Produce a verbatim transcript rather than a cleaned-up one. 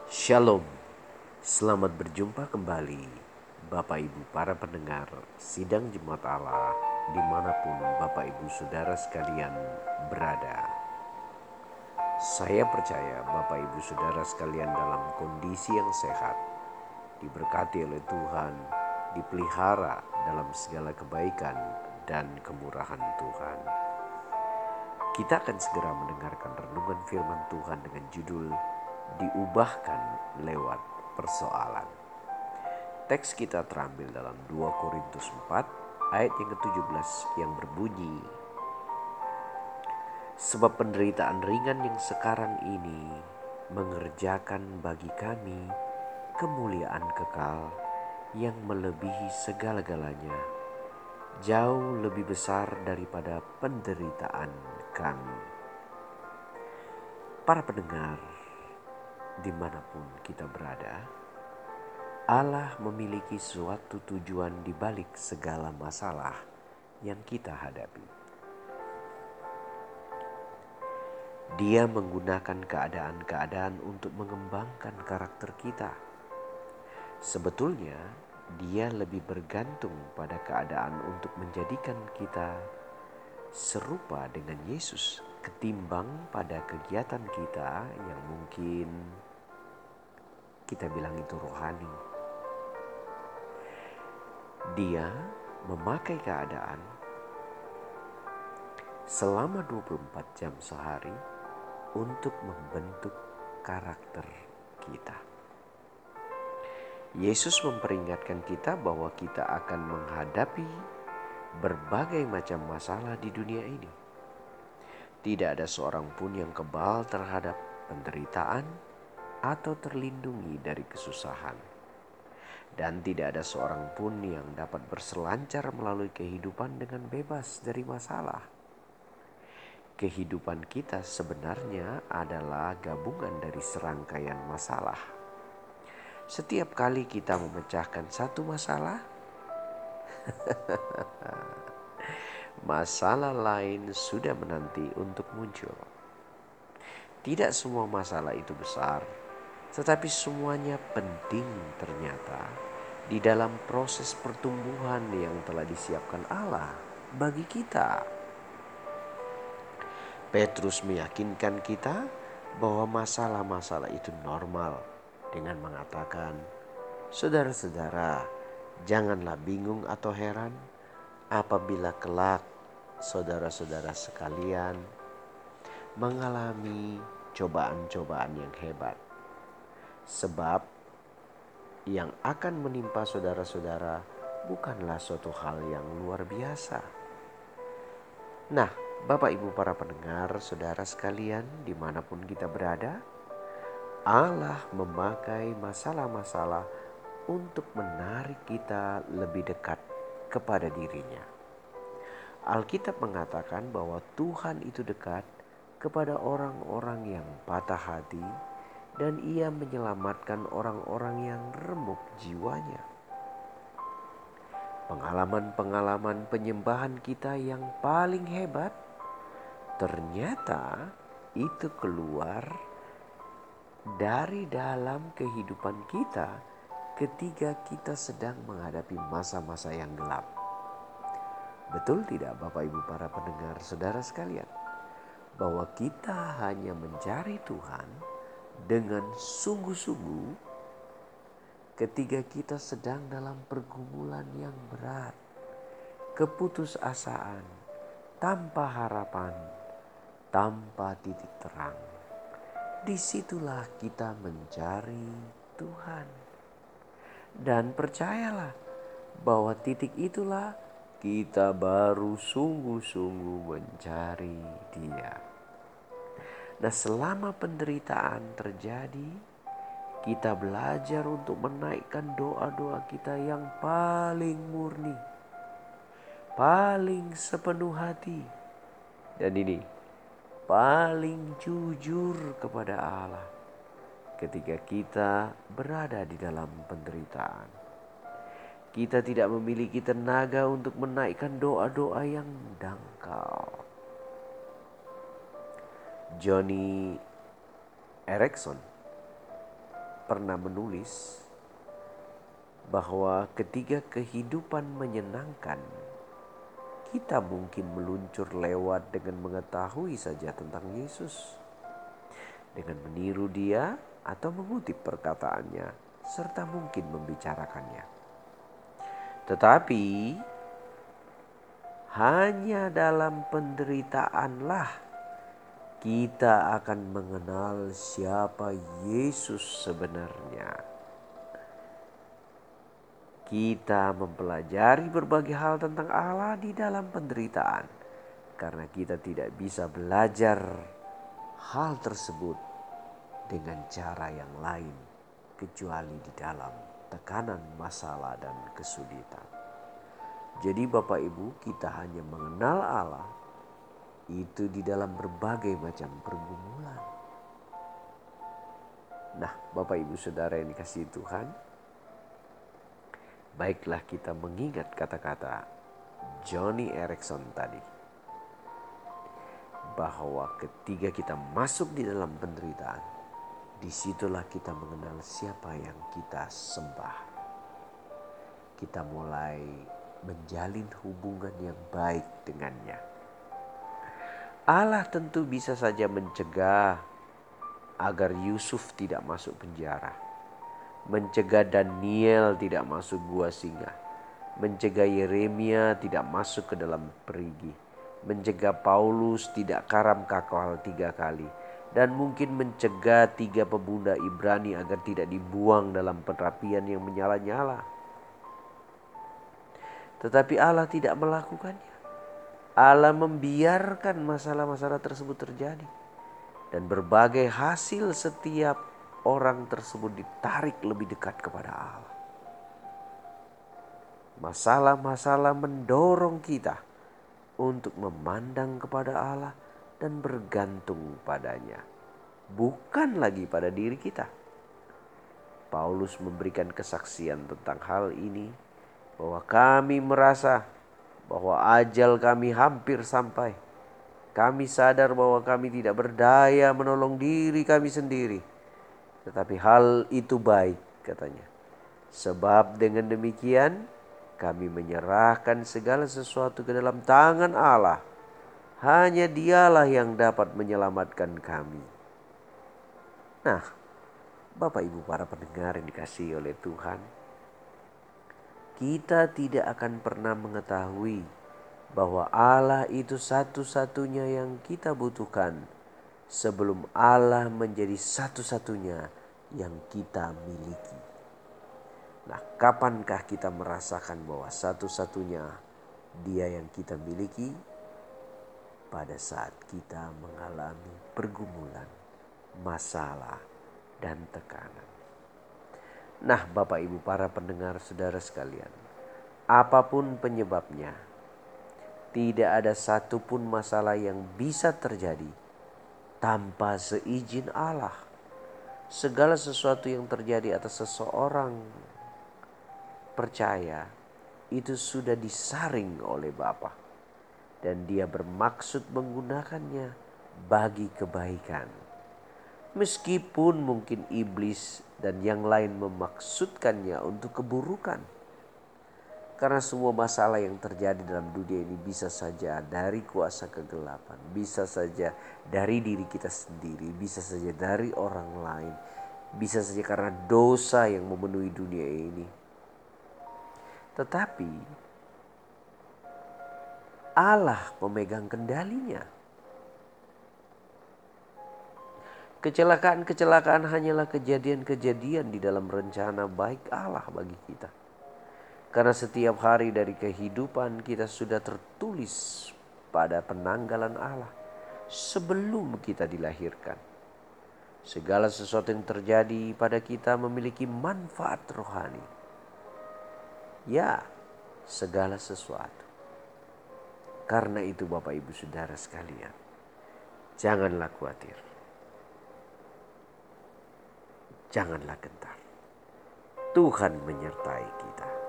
Shalom, selamat berjumpa kembali Bapak Ibu para pendengar Sidang Jemaat Allah dimanapun Bapak Ibu Saudara sekalian berada. Saya percaya Bapak Ibu Saudara sekalian dalam kondisi yang sehat, diberkati oleh Tuhan, dipelihara dalam segala kebaikan dan kemurahan Tuhan. Kita akan segera mendengarkan renungan firman Tuhan dengan judul Diubahkan lewat persoalan. Teks kita terambil dalam dua Korintus empat ayat yang ketujuh belas yang berbunyi, sebab penderitaan ringan yang sekarang ini mengerjakan bagi kami kemuliaan kekal yang melebihi segala-galanya, jauh lebih besar daripada penderitaan kami. Para pendengar, dimanapun kita berada, Allah memiliki suatu tujuan di balik segala masalah yang kita hadapi. Dia menggunakan keadaan-keadaan untuk mengembangkan karakter kita. Sebetulnya, Dia lebih bergantung pada keadaan untuk menjadikan kita serupa dengan Yesus ketimbang pada kegiatan kita yang mungkin kita bilang itu rohani. Dia memakai keadaan selama dua puluh empat jam sehari untuk membentuk karakter kita. Yesus memperingatkan kita bahwa kita akan menghadapi berbagai macam masalah di dunia ini. Tidak ada seorang pun yang kebal terhadap penderitaan atau terlindungi dari kesusahan. Dan tidak ada seorang pun yang dapat berselancar melalui kehidupan dengan bebas dari masalah. Kehidupan kita sebenarnya adalah gabungan dari serangkaian masalah. Setiap kali kita memecahkan satu masalah, masalah lain sudah menanti untuk muncul. Tidak semua masalah itu besar, tetapi semuanya penting ternyata di dalam proses pertumbuhan yang telah disiapkan Allah bagi kita. Petrus meyakinkan kita bahwa masalah-masalah itu normal dengan mengatakan, saudara-saudara, janganlah bingung atau heran apabila kelak saudara-saudara sekalian mengalami cobaan-cobaan yang hebat. Sebab yang akan menimpa saudara-saudara bukanlah suatu hal yang luar biasa. Nah, Bapak Ibu para pendengar, saudara sekalian dimanapun kita berada, Allah memakai masalah-masalah untuk menarik kita lebih dekat kepada dirinya. Alkitab mengatakan bahwa Tuhan itu dekat kepada orang-orang yang patah hati dan Ia menyelamatkan orang-orang yang remuk jiwanya. Pengalaman-pengalaman penyembahan kita yang paling hebat ternyata itu keluar dari dalam kehidupan kita ketika kita sedang menghadapi masa-masa yang gelap. Betul tidak Bapak Ibu para pendengar saudara sekalian? Bahwa kita hanya mencari Tuhan dengan sungguh-sungguh ketika kita sedang dalam pergumulan yang berat, keputusasaan, tanpa harapan, tanpa titik terang. Disitulah kita mencari Tuhan. Dan percayalah bahwa titik itulah kita baru sungguh-sungguh mencari Dia. Nah, selama penderitaan terjadi, kita belajar untuk menaikkan doa-doa kita yang paling murni, paling sepenuh hati, dan ini paling jujur kepada Allah ketika kita berada di dalam penderitaan. Kita tidak memiliki tenaga untuk menaikkan doa-doa yang dangkal. Johnny Erickson pernah menulis bahwa ketika kehidupan menyenangkan, kita mungkin meluncur lewat dengan mengetahui saja tentang Yesus, dengan meniru Dia atau mengutip perkataannya, serta mungkin membicarakannya. Tetapi hanya dalam penderitaanlah kita akan mengenal siapa Yesus sebenarnya. Kita mempelajari berbagai hal tentang Allah di dalam penderitaan, karena kita tidak bisa belajar hal tersebut dengan cara yang lain kecuali di dalam tekanan masalah dan kesulitan. Jadi Bapak Ibu, kita hanya mengenal Allah itu di dalam berbagai macam pergumulan. Nah, Bapak Ibu Saudara yang dikasihi Tuhan, baiklah kita mengingat kata-kata Joni Eareckson tadi, bahwa ketika kita masuk di dalam penderitaan, disitulah kita mengenal siapa yang kita sembah. Kita mulai menjalin hubungan yang baik dengannya. Allah tentu bisa saja mencegah agar Yusuf tidak masuk penjara, mencegah Daniel tidak masuk gua singa, mencegah Yeremia tidak masuk ke dalam perigi, mencegah Paulus tidak karam kakal tiga kali, dan mungkin mencegah tiga pemuda Ibrani agar tidak dibuang dalam perapian yang menyala-nyala. Tetapi Allah tidak melakukannya. Allah membiarkan masalah-masalah tersebut terjadi, dan berbagai hasil setiap orang tersebut ditarik lebih dekat kepada Allah. Masalah-masalah mendorong kita untuk memandang kepada Allah dan bergantung padanya, bukan lagi pada diri kita. Paulus memberikan kesaksian tentang hal ini, bahwa kami merasa bahwa ajal kami hampir sampai. Kami sadar bahwa kami tidak berdaya menolong diri kami sendiri. Tetapi hal itu baik, katanya. Sebab dengan demikian kami menyerahkan segala sesuatu ke dalam tangan Allah. Hanya Dialah yang dapat menyelamatkan kami. Nah, Bapak Ibu para pendengar yang dikasihi oleh Tuhan, kita tidak akan pernah mengetahui bahwa Allah itu satu-satunya yang kita butuhkan sebelum Allah menjadi satu-satunya yang kita miliki. Nah, kapankah kita merasakan bahwa satu-satunya Dia yang kita miliki? Pada saat kita mengalami pergumulan, masalah, dan tekanan. Nah, Bapak Ibu para pendengar saudara sekalian, apapun penyebabnya, tidak ada satupun masalah yang bisa terjadi tanpa seizin Allah. Segala sesuatu yang terjadi atas seseorang percaya itu sudah disaring oleh Bapa, dan Dia bermaksud menggunakannya bagi kebaikan. Meskipun mungkin iblis dan yang lain memaksudkannya untuk keburukan. Karena semua masalah yang terjadi dalam dunia ini bisa saja dari kuasa kegelapan, bisa saja dari diri kita sendiri, bisa saja dari orang lain, bisa saja karena dosa yang memenuhi dunia ini. Tetapi Allah memegang kendalinya. Kecelakaan-kecelakaan hanyalah kejadian-kejadian di dalam rencana baik Allah bagi kita. Karena setiap hari dari kehidupan kita sudah tertulis pada penanggalan Allah sebelum kita dilahirkan. Segala sesuatu yang terjadi pada kita memiliki manfaat rohani. Ya, segala sesuatu. Karena itu Bapak Ibu Saudara sekalian, janganlah khawatir. Janganlah gentar. Tuhan menyertai kita.